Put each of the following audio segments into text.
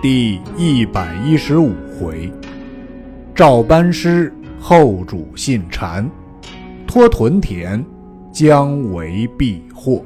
第115回，赵班师后主信谗，托屯田将为避祸。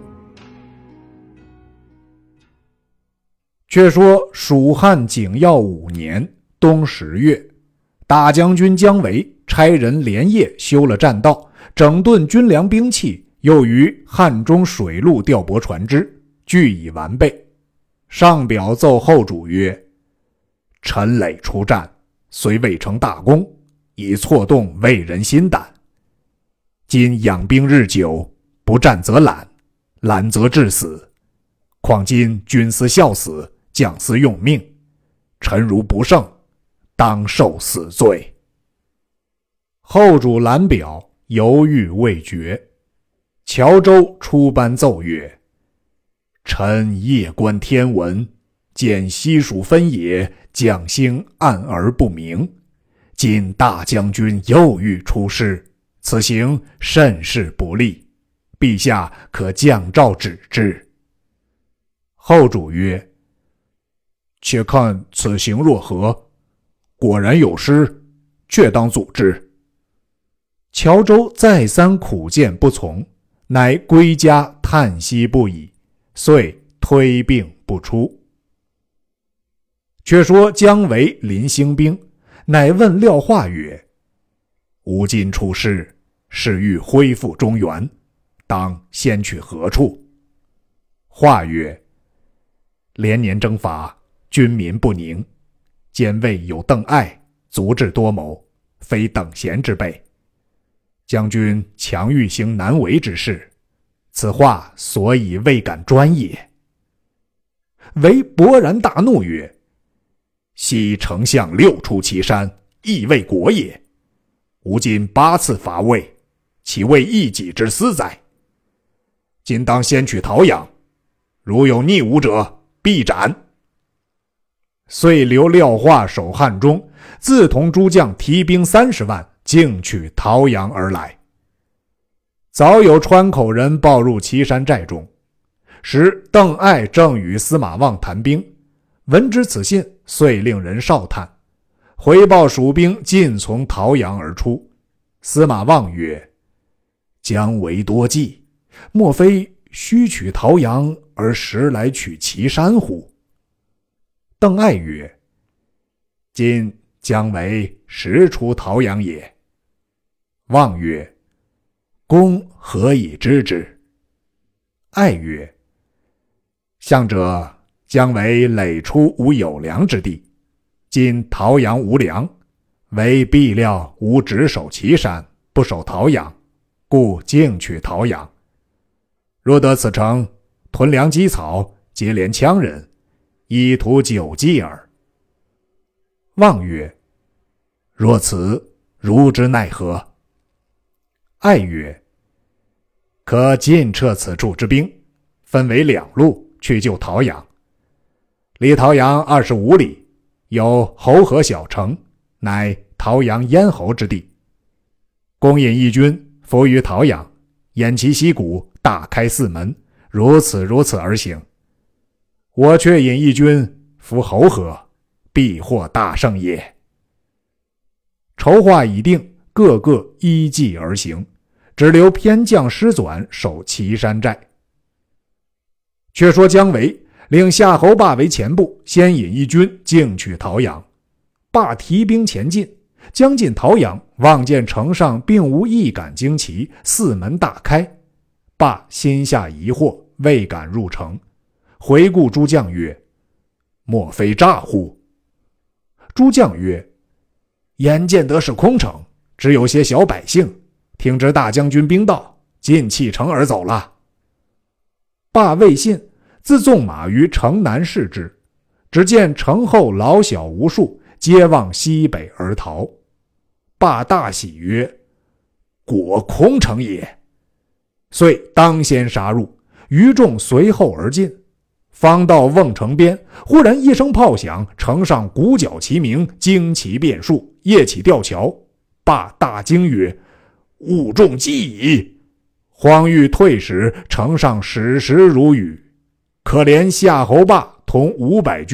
却说蜀汉景耀5年冬10月，大将军姜维差人连夜修了栈道，整顿军粮兵器，又于汉中水陆调拨船只，俱已完备。上表奏后主曰：陈累出战，虽未成大功，已挫动魏人心胆。今养兵日久，不战则懒，懒则致死。况今军司效死，将司用命，臣如不胜，当受死罪。后主览表，犹豫未决。乔州出班奏曰：臣夜观天文，见西蜀分野，将星暗而不明。今大将军又欲出师，此行甚是不利，陛下可降诏止之。后主曰：且看此行若何？果然有失，却当阻之。乔州再三苦谏不从，乃归家叹息不已，遂推病不出。却说姜维临兴兵，乃问廖化曰：吾今出师，是欲恢复中原，当先去何处？化曰：连年征伐，军民不宁，兼魏有邓艾，足智多谋，非等闲之辈。将军强欲行难为之事，此话所以未敢专也。维勃然大怒曰：昔丞相6出祁山，亦为国也。吾今8次伐魏，岂为一己之私哉？今当先取陶阳，如有逆吾者，必斩。遂留廖化守汉中，自同诸将提兵30万，径取陶阳而来。早有川口人报入祁山寨中，时邓艾正与司马望谈兵，闻知此信，遂令人哨探，回报蜀兵尽从陶阳而出。司马望曰：姜维多计，莫非须取陶阳而实来取祁山乎？邓艾曰：今姜维实出陶阳也。望曰：公何以知之？艾曰：向者姜维累出无有粮之地，今陶阳无粮，唯必料吾只守祁山，不守陶阳，故径取陶阳。若得此城，屯粮积草，结连羌人，以图久计耳。望曰：若此，如之奈何？艾曰：可尽撤此处之兵，分为2路去救陶阳。离陶阳25里，有侯河小城，乃陶阳咽喉之地。公引义军伏于陶阳，偃其溪谷，大开4门，如此而行。我却引义军伏侯河，必获大胜也。筹划已定，个个依计而行，只留偏将师纂守祁山寨。却说姜维令夏侯霸为前部，先引义军径取陶阳。霸提兵前进，将近陶阳，望见城上并无一杆旌旗，4门大开。霸心下疑惑，未敢入城。回顾诸将曰：莫非诈乎？诸将曰：眼见得是空城，只有些小百姓，听知大将军兵到，尽弃城而走了。霸未信，自纵马于城南视之，只见城后老小无数，皆望西北而逃。霸大喜曰：果空城也。遂当先杀入，余众随后而进。方到瓮城边，忽然一声炮响，城上鼓角齐鸣，旌旗遍数，夜起吊桥。霸大惊曰：误中计矣！慌欲退时，城上矢石如雨。可怜夏侯霸同500军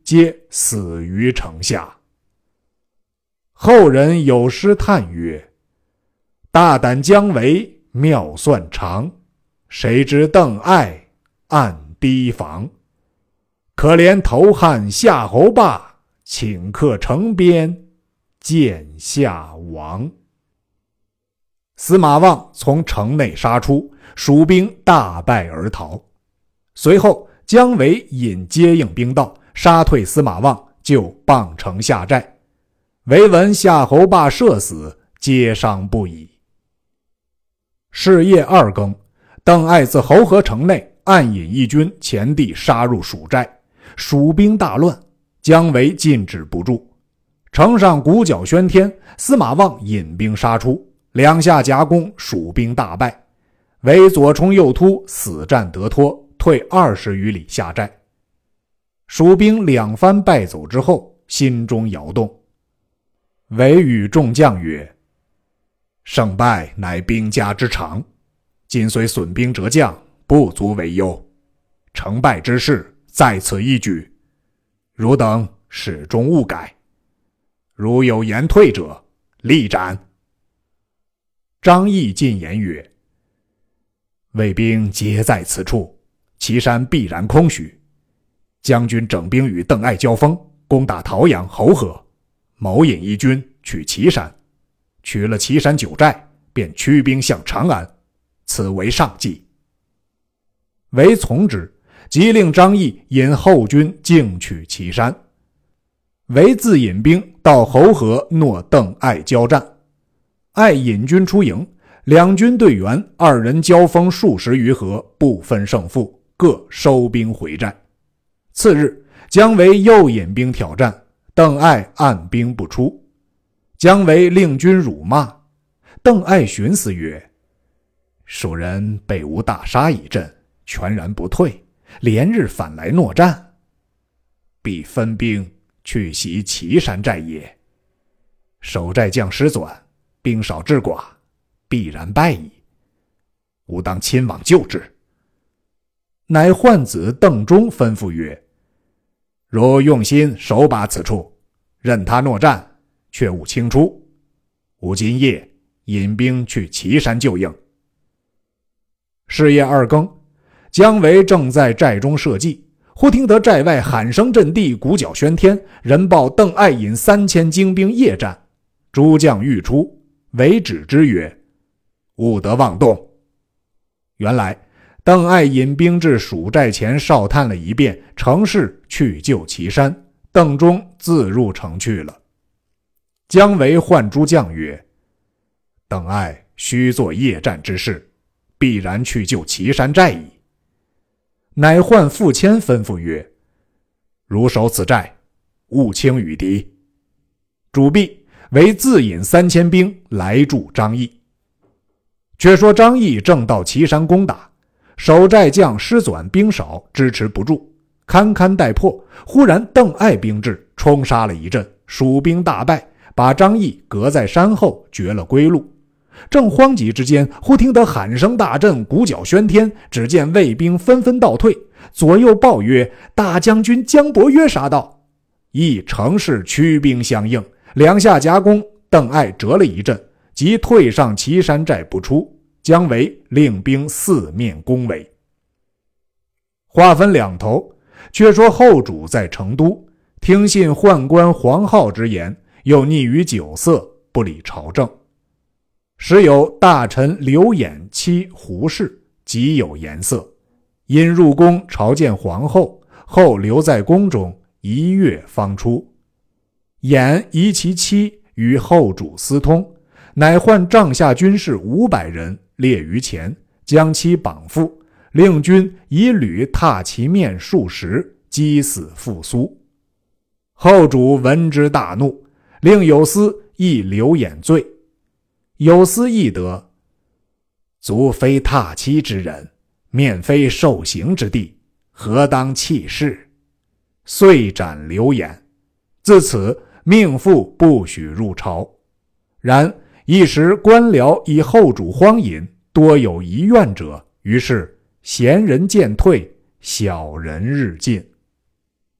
皆死于城下。后人有诗叹曰：大胆姜维妙算长，谁知邓艾暗提防。可怜投汉夏侯霸，顷刻城边见下亡。司马望从城内杀出，蜀兵大败而逃。随后姜维引接应兵到，杀退司马望，就傍城下寨。唯闻夏侯霸射死，皆伤不已。是夜2更，邓艾自侯河城内暗引义军前地杀入蜀寨，蜀兵大乱，姜维禁止不住。城上鼓角喧天，司马望引兵杀出，两下夹攻，蜀兵大败。韦左冲右突，死战得脱，退20余里下寨。蜀兵两番败走之后，心中摇动。韦与众将曰：胜败乃兵家之常，今虽损兵折将，不足为忧。成败之事在此一举，汝等始终勿改。如有言退者，立斩。张翼进言曰：魏兵皆在此处，岐山必然空虚。将军整兵与邓艾交锋，攻打陶阳、侯河，谋引义军取岐山，取了岐山9寨，便驱兵向长安，此为上计。韦从之，即令张翼引后军径取岐山。韦自引兵到侯河诺邓艾交战，艾引军出营，两军队员2人交锋数十余合，不分胜负，各收兵回寨。次日，姜维又引兵挑战，邓艾按兵不出。姜维令军辱骂，邓艾寻思曰：蜀人被吾大杀一阵，全然不退，连日反来诺战，必分兵去袭岐山寨也。守寨将失转，兵少智寡，必然败矣。吾当亲往救之。乃宦子邓忠吩咐曰：若用心守把此处，任他诺战，却勿轻出。吾今夜引兵去岐山救应。是夜2更，姜维正在寨中设计，忽听得寨外喊声震地，鼓角喧天，人报邓艾引3000精兵夜战，诸将欲出，韦止之曰：勿得妄动。原来邓艾引兵至蜀寨前哨探了一遍，乘势去救岐山，邓忠自入城去了。姜维唤诸将曰：邓艾须做夜战之事，必然去救岐山寨矣。乃唤傅谦吩咐曰：如守此寨，勿轻与敌。主毕，为自引3000兵来助张翼。却说张翼正到岐山攻打，守寨将失转，兵少，支持不住，堪堪待破。忽然邓艾兵至，冲杀了一阵，蜀兵大败，把张翼隔在山后，绝了归路。正慌急之间，忽听得喊声大震，鼓角喧天，只见魏兵纷纷倒退，左右报曰：大将军姜伯约杀到。亦乘势驱兵相应，两下夹攻，邓艾折了一阵，即退上岐山寨不出。姜维令兵四面攻围。话分两头，却说后主在成都，听信宦官黄皓之言，又溺于酒色，不理朝政。时有大臣刘演妻胡氏，极有颜色，因入宫朝见皇后，后留在宫中1月方出。演疑其妻与后主私通，乃唤帐下军士500人列于前，将其绑缚，令军以履踏其面数十，击死复苏。后主闻之大怒，令有司议刘演罪。有司议得：卒非踏妻之人，面非受刑之地，何当弃市？遂斩刘演。自此命妇不许入朝。然一时官僚以后主荒淫，多有遗怨者，于是贤人渐退，小人日进。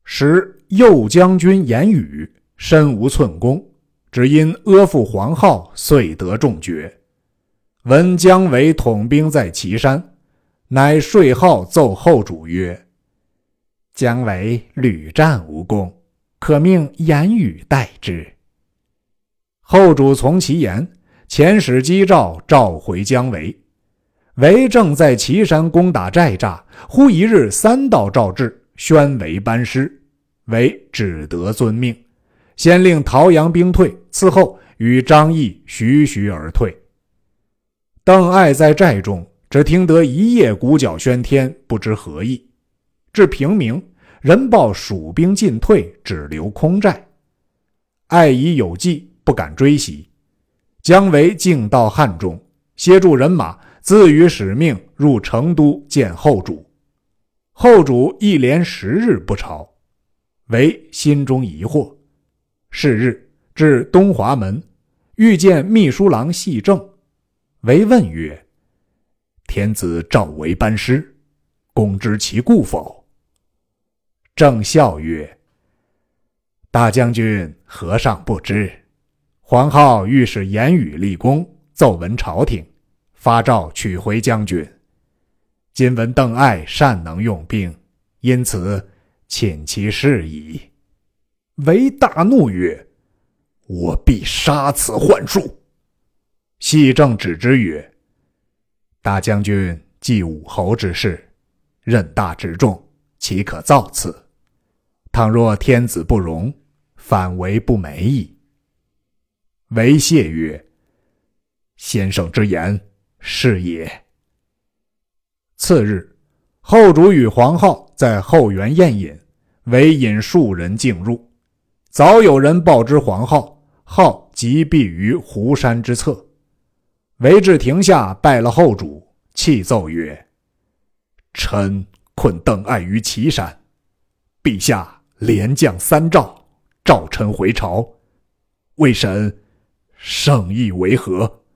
时右将军严羽身无寸功，只因阿父黄皓遂得重爵。闻姜维统兵在岐山，乃说号奏后主曰：姜维屡战无功，可命严羽代之。后主从其言，遣使击诏召回姜维。维正在岐山攻打寨栅，忽一日3道诏至，宣为班师。维只得遵命，先令陶阳兵退，次后与张翼徐徐而退。邓艾在寨中，只听得一夜鼓角喧天，不知何意。至平明，人报蜀兵进退，只留空寨。艾已有计，不敢追袭。姜维径到汉中，协助人马，自与使命入成都见后主。后主一连10日不朝，维心中疑惑。是日至东华门，遇见秘书郎系正。维问曰：天子召为班师，公知其故否？正笑曰：大将军何尚不知，黄皓欲使严羽立功，奏闻朝廷，发诏取回将军。今闻邓艾善能用兵，因此请其事矣。维大怒曰：我必杀此幻术。系正止之曰：大将军既武侯之事，任大执重，岂可造次？倘若天子不容，反为不美矣。维谢曰：先生之言是也。次日，后主与黄皓在后园宴饮，维引数人进入。早有人报知黄皓，皓即避于湖山之侧。维至亭下拜了后主，泣奏曰：臣困邓艾于岐山，陛下连降3诏，召臣回朝，未审圣意为何？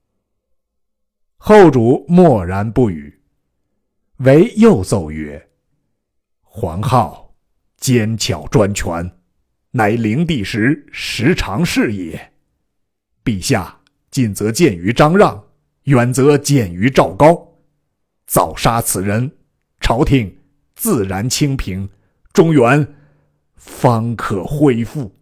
后主默然不语。维又奏曰：黄皓奸巧专权，乃灵帝时常事也。陛下近则见于张让，远则见于赵高，早杀此人，朝廷自然清平，中原方可恢复。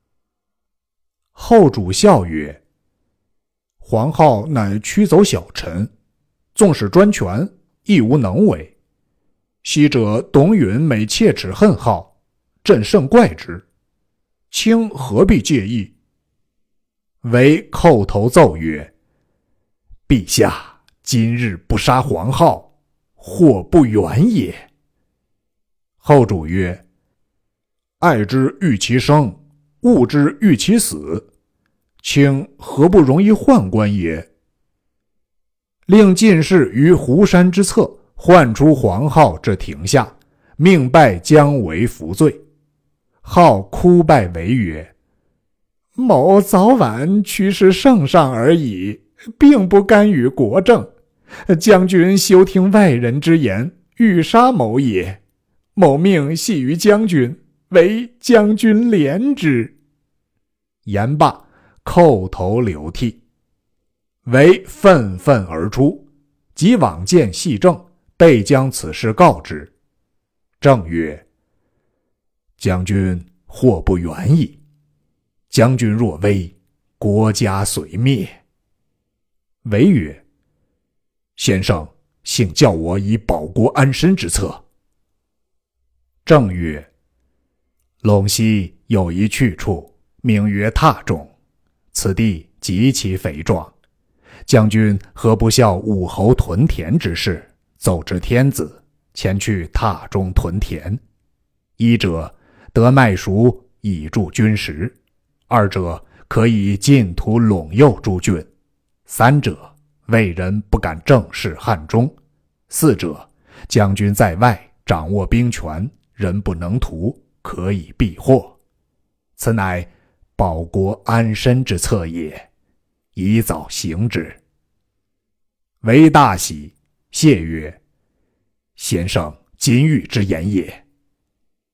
后主笑曰：黄皓乃驱走小臣，纵使专权，亦无能为。昔者董允每切齿恨皓，朕甚怪之，卿何必介意？维叩头奏曰：陛下今日不杀黄皓，祸不远也。后主曰：爱之欲其生，恶之欲其死，卿何不容一宦官也？令进士于湖山之侧唤出黄皓至庭下，命拜姜维服罪。皓哭拜维曰：某早晚驱使圣上而已，并不干预国政。将军休听外人之言，欲杀某也。某命系于将军，唯将军怜之。言罢，叩头流涕。维愤愤而出，即往见系正，备将此事告之。正曰：将军祸不远矣。将军若危，国家虽灭。维曰：先生幸教我以保国安身之策。正曰：陇西有一去处，名曰榻中，此地极其肥壮，将军何不效武侯屯田之事，奏知天子，前去榻中屯田？一者得麦黍以助军食，二者可以尽图陇右诸郡，三者魏人不敢正视汉中，四者将军在外掌握兵权，人不能图，可以避祸。此乃保国安身之策也，宜早行之。维大喜，谢曰：先生金玉之言也。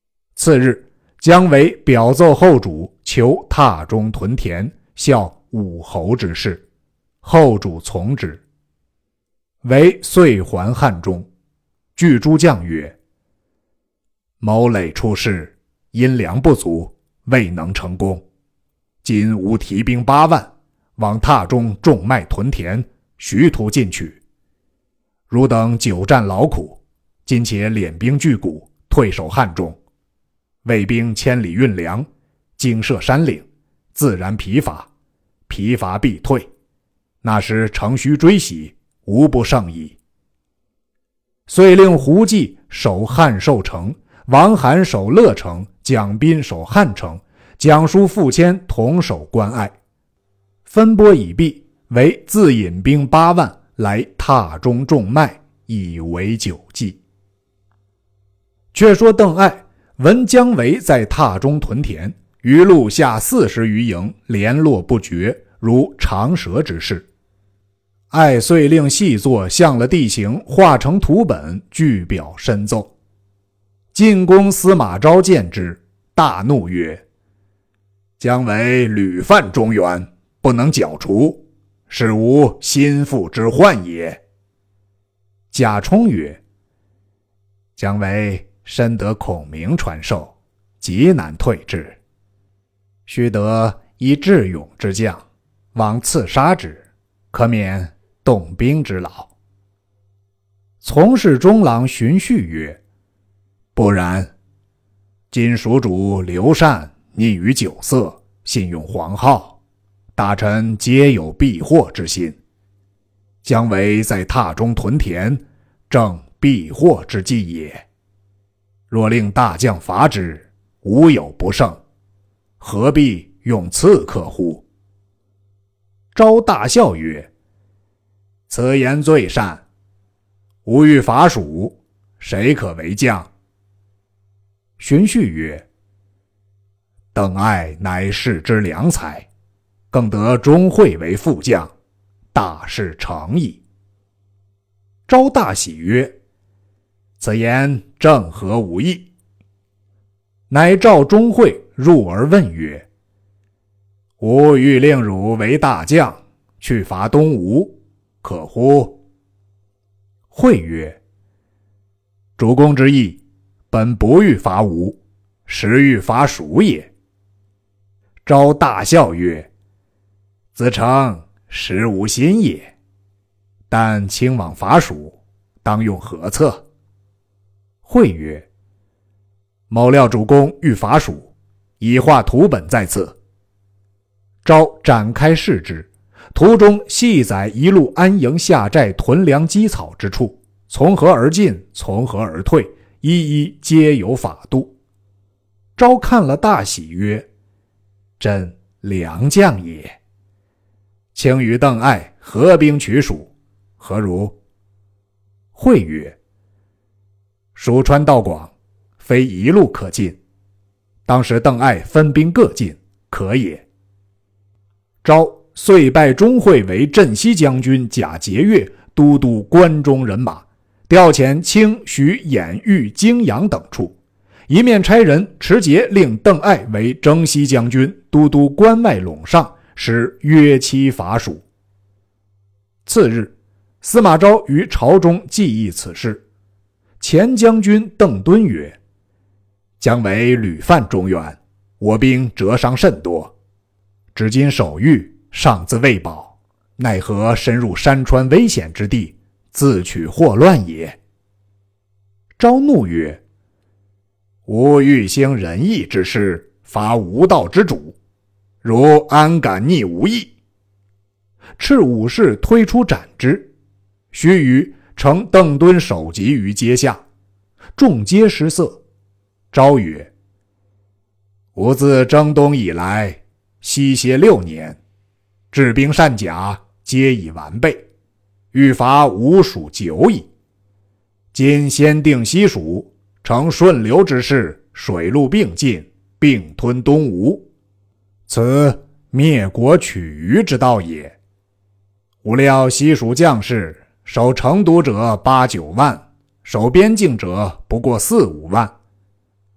次日，姜维表奏后主，求榻中屯田，效武侯之事。后主从之。维遂还汉中，据诸将曰：某累出事，因粮不足，未能成功。今吾提兵8万，往榻中种麦屯田，徐图进取。汝等久战劳苦，今且敛兵拒谷，退守汉中。魏兵千里运粮，经涉山岭，自然疲乏，疲乏必退。那时乘虚追袭，无不胜矣。遂令胡济守汉寿城，王罕守乐城，蒋斌守汉城，蒋叔、傅谦同守关隘。分拨已毕，为自引兵8万来榻中种麦，以为救济。却说邓艾闻姜维在榻中屯田，余路下40余营，联络不绝，如长蛇之势。艾遂令细作向了地形，画成图本，具表申奏。进宫司马昭见之，大怒曰：姜维屡犯中原，不能剿除，是吾心腹之患也。贾充曰：姜维深得孔明传授，极难退之，须得以智勇之将，往刺杀之，可免动兵之劳。从事中郎荀彧曰：不然，今蜀主刘禅溺于酒色，信用黄皓，大臣皆有避祸之心。姜维在榻中屯田，正避祸之计也。若令大将伐之，无有不胜，何必用刺客乎？昭大笑曰：此言最善，吾欲伐蜀，谁可为将？荀彧曰：邓艾乃世之良才，更得钟会为副将，大事成矣。昭大喜曰：此言正合吾意。乃召钟会入而问曰：吾欲令汝为大将，去伐东吴，可乎？会曰：主公之意，本不欲伐吴，实欲伐蜀也。昭大笑曰：子诚实无心也，但卿往伐蜀，当用何策？会曰：某料主公欲伐蜀，已画图本在此。昭展开视之，图中细载一路安营下寨屯粮积草之处，从何而进，从何而退，一一皆有法度。昭看了大喜曰：真良将也。卿与邓艾合兵取蜀，何如？会曰：蜀川道广，非一路可进，当时邓艾分兵各进，可也。昭遂拜钟会为镇西将军，贾节钺都督关中人马，调遣清、徐、兖、豫、泾阳等处，一面差人持节令邓艾为征西将军，都督关外陇上，使约期伐蜀。次日，司马昭于朝中记忆此事。前将军邓敦曰：姜维屡犯中原，我兵折伤甚多，至今守御，尚自未保，奈何深入山川危险之地，自取祸乱也。昭怒曰：吾欲兴仁义之师，伐无道之主，汝安敢逆吾意？斥武士推出斩之。须臾，乘邓敦首级于阶下，众皆失色。昭曰：吾自征东以来，西歇6年，治兵善甲皆已完备，欲伐吴蜀久矣。今先定西蜀，成顺流之势，水陆并进，并吞东吴，此灭国取余之道也。吾料西蜀将士守成都者8、9万，守边境者不过4、5万。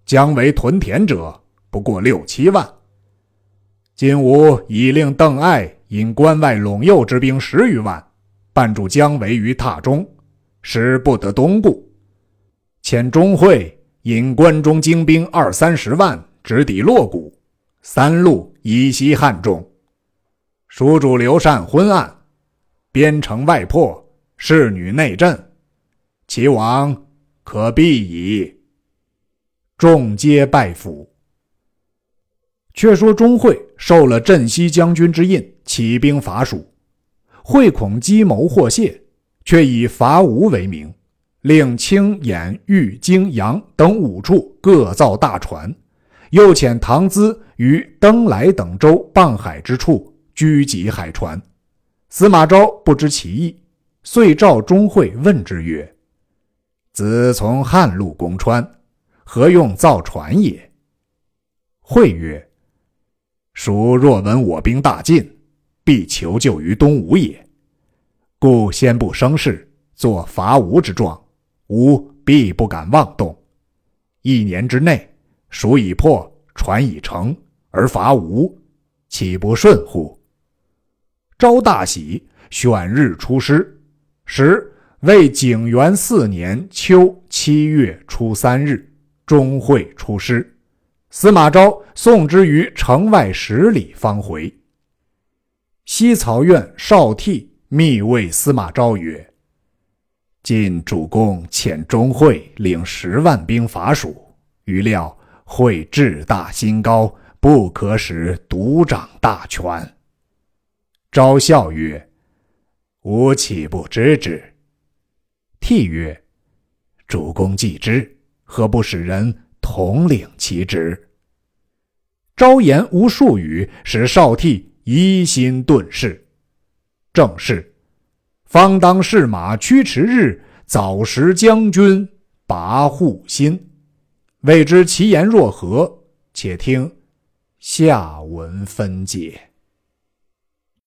姜维屯田者不过6、7万。今吾已令邓艾引关外陇右之兵10余万，绊住姜维于榻中，使不得东顾。遣钟会引关中精兵20、30万，直抵洛谷，3路以袭汉中。蜀主刘禅昏暗，边城外破，士女内震，其亡可避矣。众皆拜服。却说钟会受了镇西将军之印，起兵伐蜀。会恐计谋获泄，却以伐吴为名，令青、兖、豫、荆、扬等5处各造大船，又遣唐咨于登莱等州傍海之处狙击海船。司马昭不知其意，遂召钟会问之曰：兹从汉路攻川，何用造船也？会曰：蜀若闻我兵大进，必求救于东吴也。故先不生事，作伐吴之状，吴必不敢妄动。1年之内，蜀已破，船已成，而伐吴，岂不顺乎？昭大喜，选日出师，时为景元4年秋7月初3日，钟会出师。司马昭送之于城外10里方回。西曹院少替密谓司马昭曰：今主公遣钟会领10万兵伐蜀，余料会志大心高，不可使独掌大权。昭笑曰：吾岂不知之？替曰：主公既知，何不使人统领其职？昭言无数语，使少替疑心顿释。正是方当士马驱驰日，早识将军拔户心。未知其言若何？且听下文分解。